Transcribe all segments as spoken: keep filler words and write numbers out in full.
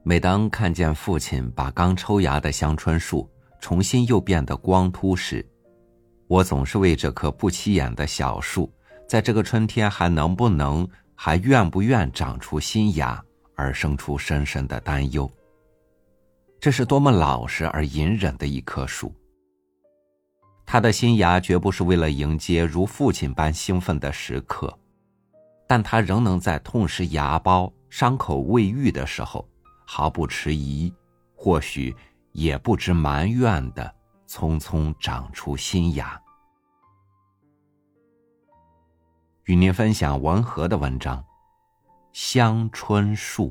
每当看见父亲把刚抽芽的香椿树重新又变得光秃时，我总是为这棵不起眼的小树在这个春天还能不能还愿不愿长出新芽而生出深深的担忧。这是多么老实而隐忍的一棵树，它的新芽绝不是为了迎接如父亲般兴奋的时刻，但它仍能在痛失芽苞伤口未愈的时候毫不迟疑，或许也不知埋怨地匆匆长出新芽。与您分享文和的文章《香椿树》。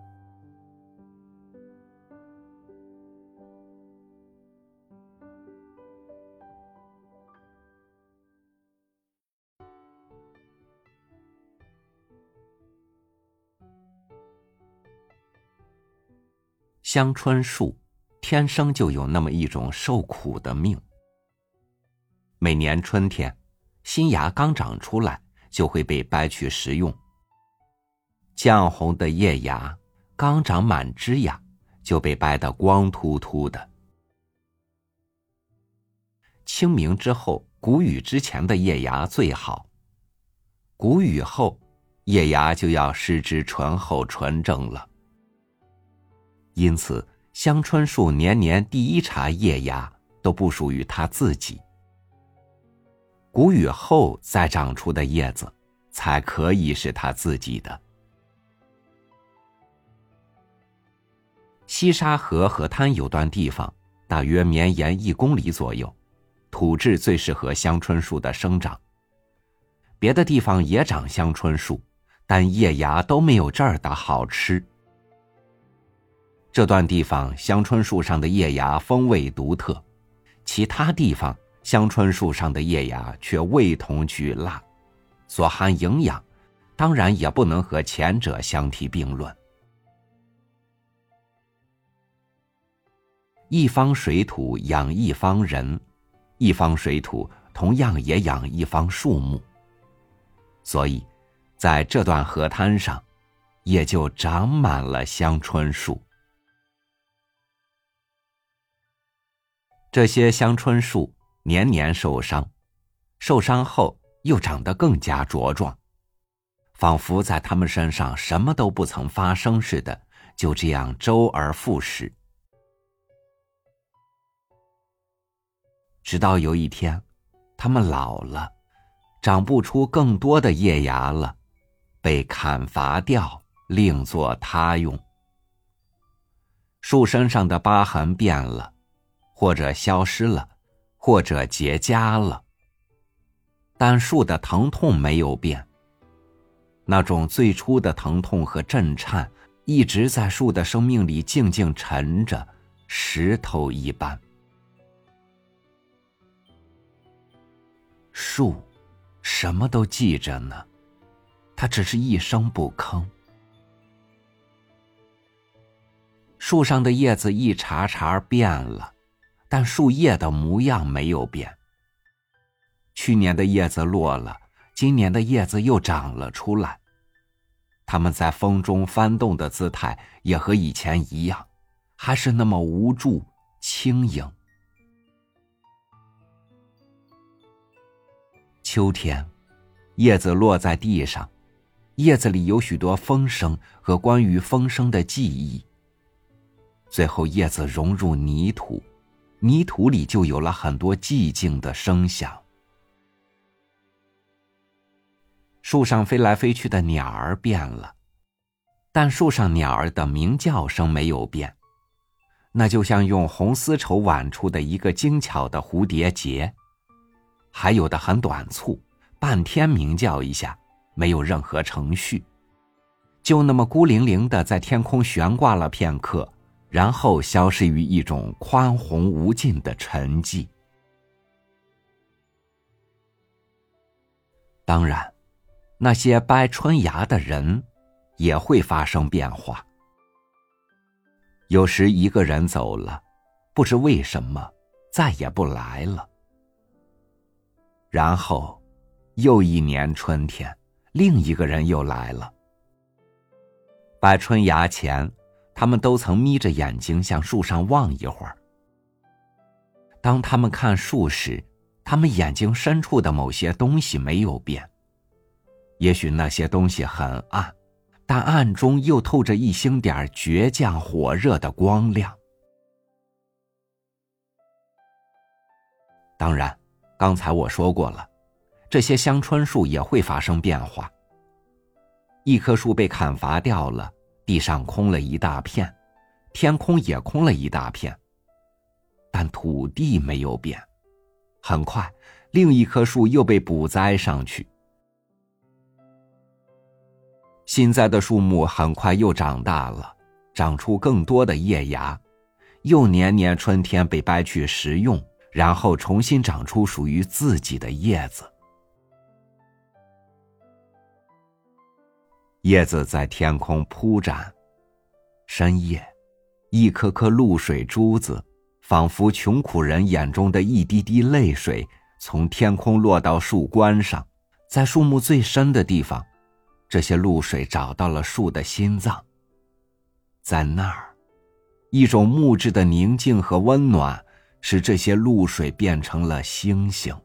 香椿树天生就有那么一种受苦的命。每年春天，新芽刚长出来就会被掰去食用。绛红的叶芽刚长满枝芽就被掰得光秃秃的。清明之后，谷雨之前的叶芽最好，谷雨后叶芽就要失之醇厚纯正了。因此香椿树年年第一茬叶芽都不属于它自己，谷雨后再长出的叶子才可以是它自己的。西沙河河滩有段地方大约绵延一公里左右，土质最适合香椿树的生长。别的地方也长香椿树，但叶芽都没有这儿的好吃。这段地方香椿树上的叶芽风味独特，其他地方香椿树上的叶芽却味同菊辣，所含营养当然也不能和前者相提并论。一方水土养一方人，一方水土同样也养一方树木，所以在这段河滩上也就长满了香椿树。这些香椿树年年受伤，受伤后又长得更加茁壮，仿佛在它们身上什么都不曾发生似的，就这样周而复始。直到有一天，它们老了，长不出更多的叶芽了，被砍伐掉，另作他用。树身上的疤痕变了，或者消失了，或者结痂了，但树的疼痛没有变。那种最初的疼痛和震颤一直在树的生命里静静沉着，石头一般。树什么都记着呢，它只是一声不吭。树上的叶子一茬茬变了，但树叶的模样没有变。去年的叶子落了，今年的叶子又长了出来，它们在风中翻动的姿态也和以前一样，还是那么无助轻盈。秋天，叶子落在地上，叶子里有许多风声和关于风声的记忆。最后叶子融入泥土，泥土里就有了很多寂静的声响。树上飞来飞去的鸟儿变了，但树上鸟儿的鸣叫声没有变，那就像用红丝绸挽出的一个精巧的蝴蝶结，还有的很短促，半天鸣叫一下，没有任何程序，就那么孤零零地在天空悬挂了片刻，然后消失于一种宽宏无尽的沉寂。当然，那些掰春芽的人也会发生变化。有时一个人走了，不知为什么再也不来了。然后又一年春天，另一个人又来了。掰春芽前， 他们都曾眯着眼睛向树上望一会儿。当他们看树时，他们眼睛深处的某些东西没有变。也许那些东西很暗，但暗中又透着一星点倔强火热的光亮。当然，刚才我说过了，这些香椿树也会发生变化。一棵树被砍伐掉了，地上空了一大片，天空也空了一大片，但土地没有变。很快，另一棵树又被补栽上去。新栽的树木很快又长大了，长出更多的叶芽，又年年春天被掰去食用，然后重新长出属于自己的叶子。叶子在天空铺展，深夜，一颗颗露水珠子，仿佛穷苦人眼中的一滴滴泪水，从天空落到树冠上。在树木最深的地方，这些露水找到了树的心脏。在那儿，一种木质的宁静和温暖，使这些露水变成了星星。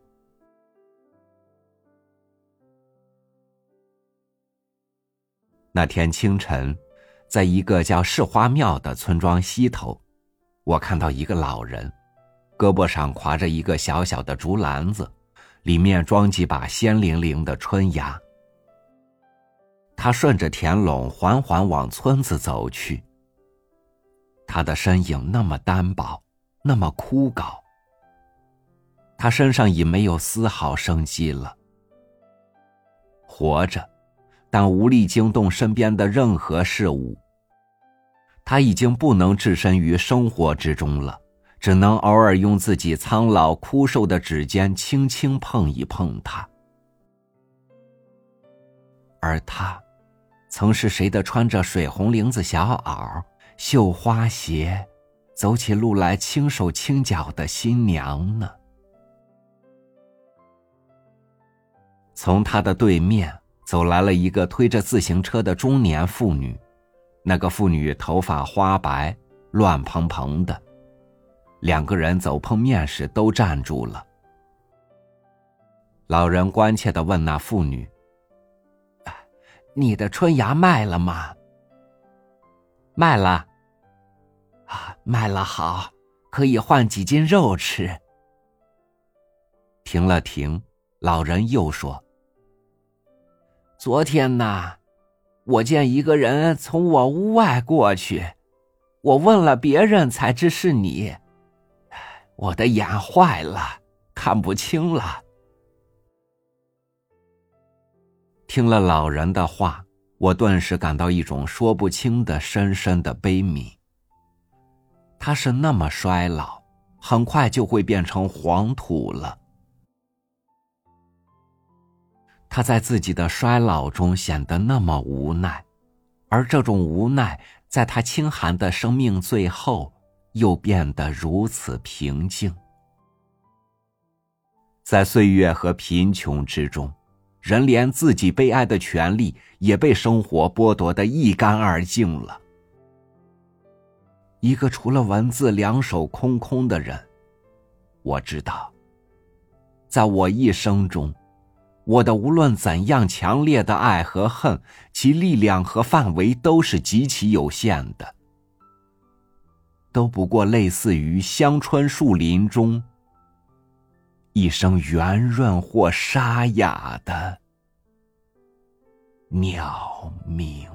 那天清晨，在一个叫市花庙的村庄西头，我看到一个老人，胳膊上挎着一个小小的竹篮子，里面装几把鲜灵灵的春芽。他顺着田垄缓缓往村子走去。他的身影那么单薄，那么枯槁，他身上已没有丝毫生机了。活着，但无力惊动身边的任何事物。他已经不能置身于生活之中了，只能偶尔用自己苍老枯瘦的指尖轻轻碰一碰它。而他，曾是谁的穿着水红绫子小袄、绣花鞋，走起路来轻手轻脚的新娘呢？从他的对面走来了一个推着自行车的中年妇女，那个妇女头发花白，乱蓬蓬的。两个人走碰面时都站住了。老人关切地问那妇女：“你的春芽卖了吗？”“卖了。”“啊，卖了好，可以换几斤肉吃。”停了停，老人又说：“昨天呐，我见一个人从我屋外过去，我问了别人才知是你，我的眼坏了，看不清了。”听了老人的话，我顿时感到一种说不清的深深的悲悯。他是那么衰老，很快就会变成黄土了。他在自己的衰老中显得那么无奈，而这种无奈在他清寒的生命最后又变得如此平静。在岁月和贫穷之中，人连自己悲哀的权利也被生活剥夺得一干二净了。一个除了文字两手空空的人，我知道，在我一生中，我的无论怎样强烈的爱和恨，其力量和范围都是极其有限的，都不过类似于香椿树林中一声圆润或沙哑的鸟鸣。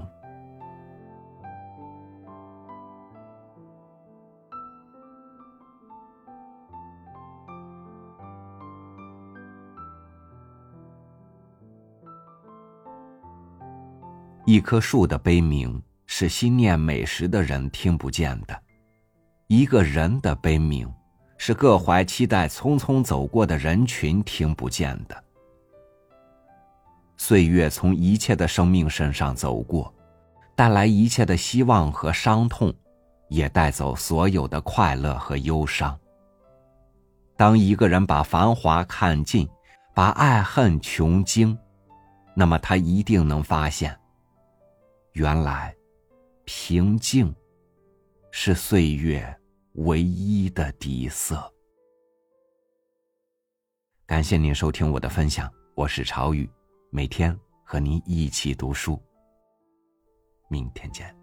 一棵树的悲鸣是心念美食的人听不见的，一个人的悲鸣是各怀期待匆匆走过的人群听不见的。岁月从一切的生命身上走过，带来一切的希望和伤痛，也带走所有的快乐和忧伤。当一个人把繁华看尽，把爱恨穷经，那么他一定能发现，原来平静是岁月唯一的底色。感谢您收听我的分享，我是朝雨，每天和您一起读书。明天见。